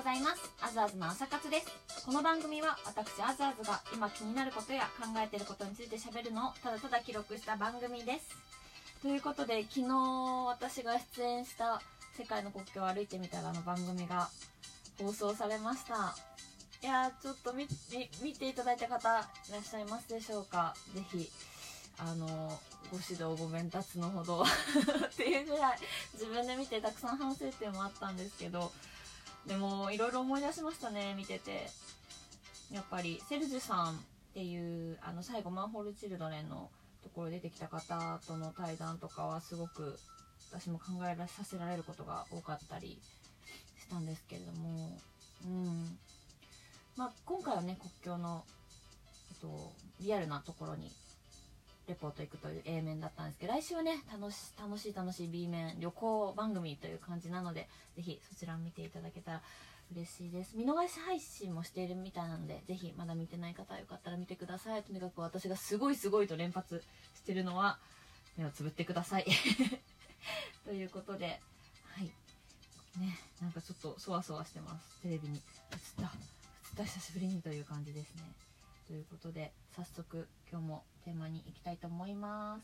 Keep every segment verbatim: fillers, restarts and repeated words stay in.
ざいます。あずあずの朝活です。この番組は私あずあずが今気になることや考えていることについて喋るのをただただ記録した番組です。ということで、昨日私が出演した世界の国境を歩いてみたらの番組が放送されました。いやー、ちょっと 見, 見ていただいた方いらっしゃいますでしょうか。ぜひあのご指導ご鞭達のほどっていうぐらい自分で見てたくさん反省点もあったんですけど、でもいろいろ思い出しましたね、見てて。やっぱりセルジュさんっていうあの最後マンホールチルドレンのところ出てきた方との対談とかはすごく私も考えさせられることが多かったりしたんですけれども、うんまあ、今回はね国境の、えっと、リアルなところにレポート行くという A 面だったんですけど、来週はね楽し楽しい楽しい B 面旅行番組という感じなので、ぜひそちらを見ていただけたら嬉しいです。見逃し配信もしているみたいなので、ぜひまだ見てない方はよかったら見てください。とにかく私がすごいすごいと連発してるのは目をつぶってくださいということで、はいね、なんかちょっとそわそわしてます。テレビに映った映った久しぶりにという感じですね。ということで早速今日もテーマに行きたいと思います。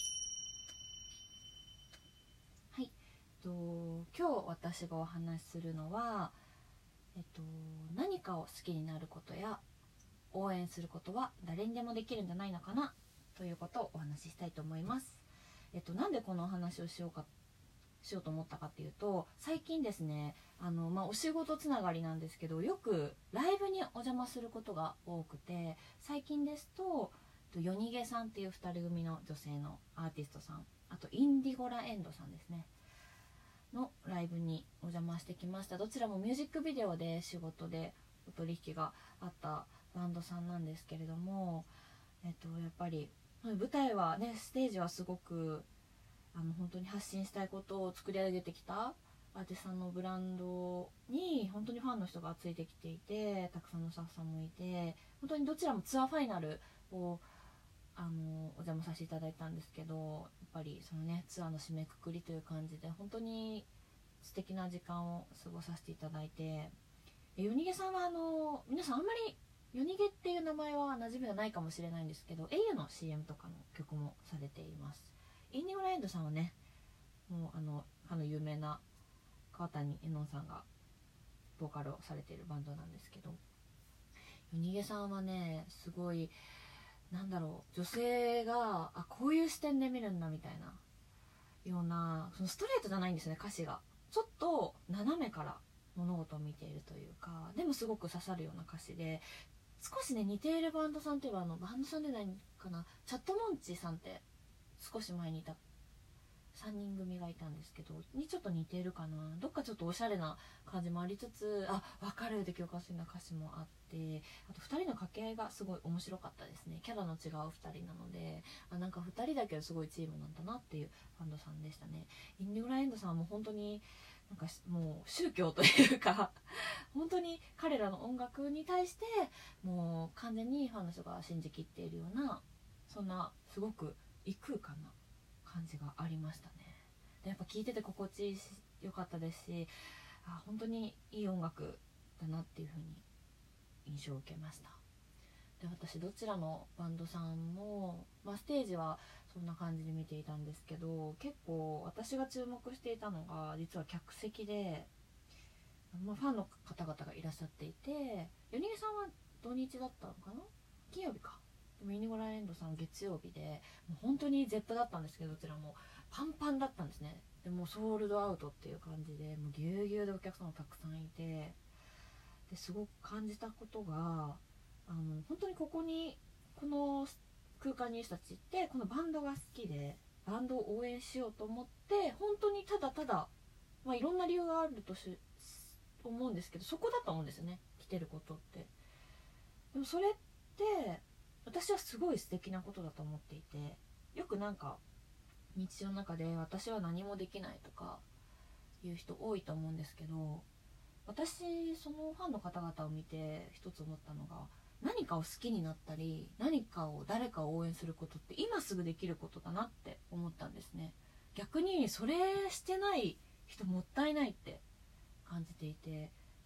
はい、えっと、今日私がお話しするのは、えっと、何かを好きになることや応援することは誰にでもできるんじゃないのかなということをお話ししたいと思います。えっと、なんでこのお話をしようかしようと思ったかっていうと、最近ですねあの、まあ、お仕事つながりなんですけど、よくライブにお邪魔することが多くて、最近ですとヨニゲさんっていうふたり組の女性のアーティストさん、あとインディゴラエンドさんですねのライブにお邪魔してきました。どちらもミュージックビデオで仕事でお取引があったバンドさんなんですけれども、えっと、やっぱり舞台はね、ステージはすごくあの本当に発信したいことを作り上げてきたアーティストさんのブランドに本当にファンの人がついてきていて、たくさんのスタッフさんもいて、本当にどちらもツアーファイナルをあのお邪魔させていただいたんですけど、やっぱりそのねツアーの締めくくりという感じで本当に素敵な時間を過ごさせていただいて、ヨニゲさんはあの皆さんあんまりヨニゲっていう名前は馴染みはないかもしれないんですけど、 エーユー の シーエム とかの曲もされています。インディゴラエンドさんはね、もうあのかの有名な川谷絵音さんがボーカルをされているバンドなんですけど、ヨニゲさんはねすごいなんだろう、女性があこういう視点で見るんだみたいなような、そのストレートじゃないんですよね、歌詞がちょっと斜めから物事を見ているというか、でもすごく刺さるような歌詞で、少しね似ているバンドさんといえばあのバンドさんでないかな、チャットモンチさんって少し前にいたさんにん組がいたんですけどにちょっと似てるかな。どっかちょっとおしゃれな感じもありつつ、あ分かるで共感するような歌詞もあって、あとふたりの掛け合いがすごい面白かったですね。キャラの違うふたりなので、あなんかふたりだけどすごいチームなんだなっていうバンドさんでしたね。インディゴラエンドさんはもう本当になんかもう宗教というか本当に彼らの音楽に対してもう完全にファンの人が信じきっているような、そんなすごく異空間な感じがありましたね。でやっぱ聴いてて心地いいし良かったですし、あ本当にいい音楽だなっていう風に印象を受けました。で私どちらのバンドさんも、まあ、ステージはそんな感じで見ていたんですけど、結構私が注目していたのが実は客席で、まあ、ファンの方々がいらっしゃっていて、ヨニゲさんは土日だったのかな、金曜日か、でもインディゴラエンドさん月曜日で、もう本当にゼップだったんですけど、どちらもパンパンだったんですね。でもうソールドアウトっていう感じで、もうぎゅうぎゅうでお客さんもたくさんいて、ですごく感じたことが、あの本当にここにこの空間にいる人たちってこのバンドが好きでバンドを応援しようと思って本当にただただ、まあ、いろんな理由があるとし思うんですけど、そこだと思うんですよね、来てることって。でもそれって私はすごい素敵なことだと思っていて、よくなんか日常の中で私は何もできないとかいう人多いと思うんですけど、私そのファンの方々を見て一つ思ったのが、何かを好きになったり何かを誰かを応援することって今すぐできることだなって思ったんですね。逆にそれしてない人もったいないって感じていて、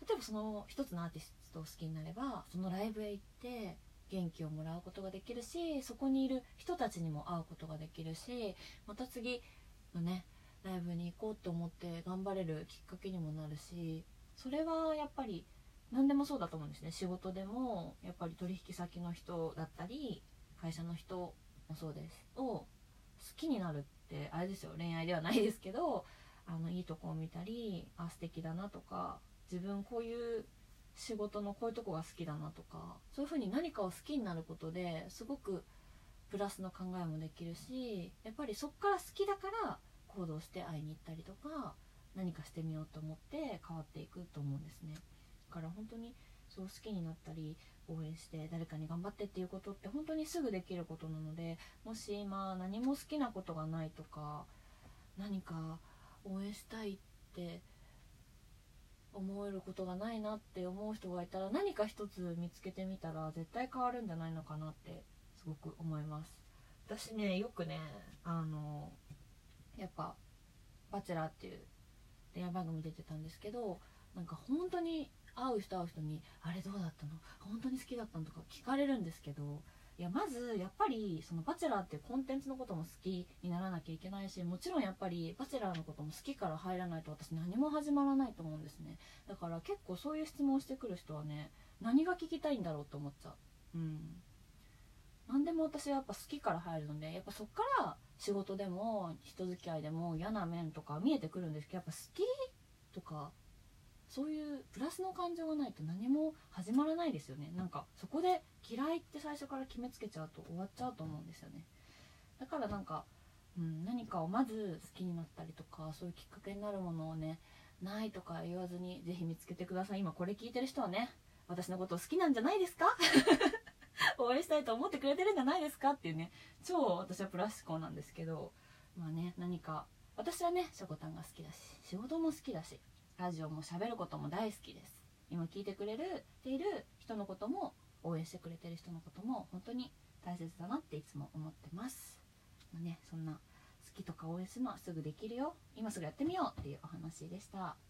例えばその一つのアーティストを好きになればそのライブへ行って元気をもらうことができるし、そこにいる人たちにも会うことができるし、また次のねライブに行こうと思って頑張れるきっかけにもなるし、それはやっぱり何でもそうだと思うんですね。仕事でもやっぱり取引先の人だったり会社の人もそうですを好きになるってあれですよ、恋愛ではないですけど、あのいいとこを見たり、あ素敵だなとか、自分こういう仕事のこういうとこが好きだなとか、そういう風に何かを好きになることですごくプラスの考えもできるし、やっぱりそっから好きだから行動して会いに行ったりとか何かしてみようと思って変わっていくと思うんですね。だから本当にそう好きになったり応援して誰かに頑張ってっていうことって本当にすぐできることなので、もし今何も好きなことがないとか、何か応援したいって思えることがないなって思う人がいたら、何か一つ見つけてみたら絶対変わるんじゃないのかなってすごく思います。私ねよくねあのやっぱバチェラーっていう恋愛番組出てたんですけど、なんか本当に会う人会う人にあれどうだったの、本当に好きだったのとか聞かれるんですけど、いやまずやっぱりそのバチェラーっていうコンテンツのことも好きにならなきゃいけないし、もちろんやっぱりバチェラーのことも好きから入らないと私何も始まらないと思うんですね。だから結構そういう質問をしてくる人はね、何が聞きたいんだろうと思っちゃう。うん何でも私はやっぱ好きから入るので、やっぱそっから仕事でも人付き合いでも嫌な面とか見えてくるんですけど、やっぱ好きとかそういうプラスの感情がないと何も始まらないですよね。なんかそこで嫌いって最初から決めつけちゃうと終わっちゃうと思うんですよね。だからなんか、うん、何かをまず好きになったりとか、そういうきっかけになるものをねないとか言わずにぜひ見つけてください。今これ聞いてる人はね、私のことを好きなんじゃないですか応援したいと思ってくれてるんじゃないですかっていうね、超私はプラス思考なんですけど、まあね、何か私はねしょこたんが好きだし、仕事も好きだし、ラジオも喋ることも大好きです。今聞いてくれるている人のことも応援してくれてる人のことも本当に大切だなっていつも思ってます。まあね、そんな好きとか応援するのはすぐできるよ、今すぐやってみようっていうお話でした。はい、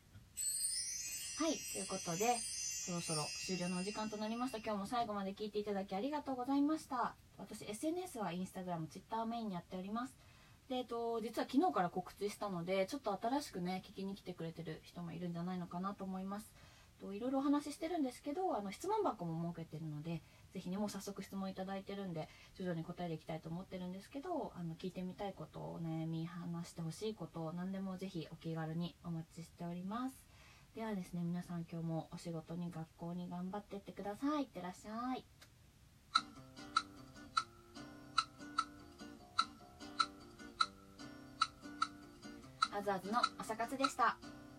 ということでそろそろ終了のお時間となりました。今日も最後まで聞いていただきありがとうございました。私 エスエヌエス はインスタグラム、ツイッターをメインにやっております。で、えっと、実は昨日から告知したのでちょっと新しくね聞きに来てくれてる人もいるんじゃないのかなと思います。といろいろお話ししてるんですけど、あの質問箱も設けてるので、ぜひねもう早速質問いただいてるんで徐々に答えていきたいと思ってるんですけど、あの聞いてみたいこと、お悩み、話してほしいこと、何でもぜひお気軽にお待ちしております。ではですね、皆さん今日もお仕事に学校に頑張ってってください。いってらっしゃい。あずあずの朝活でした。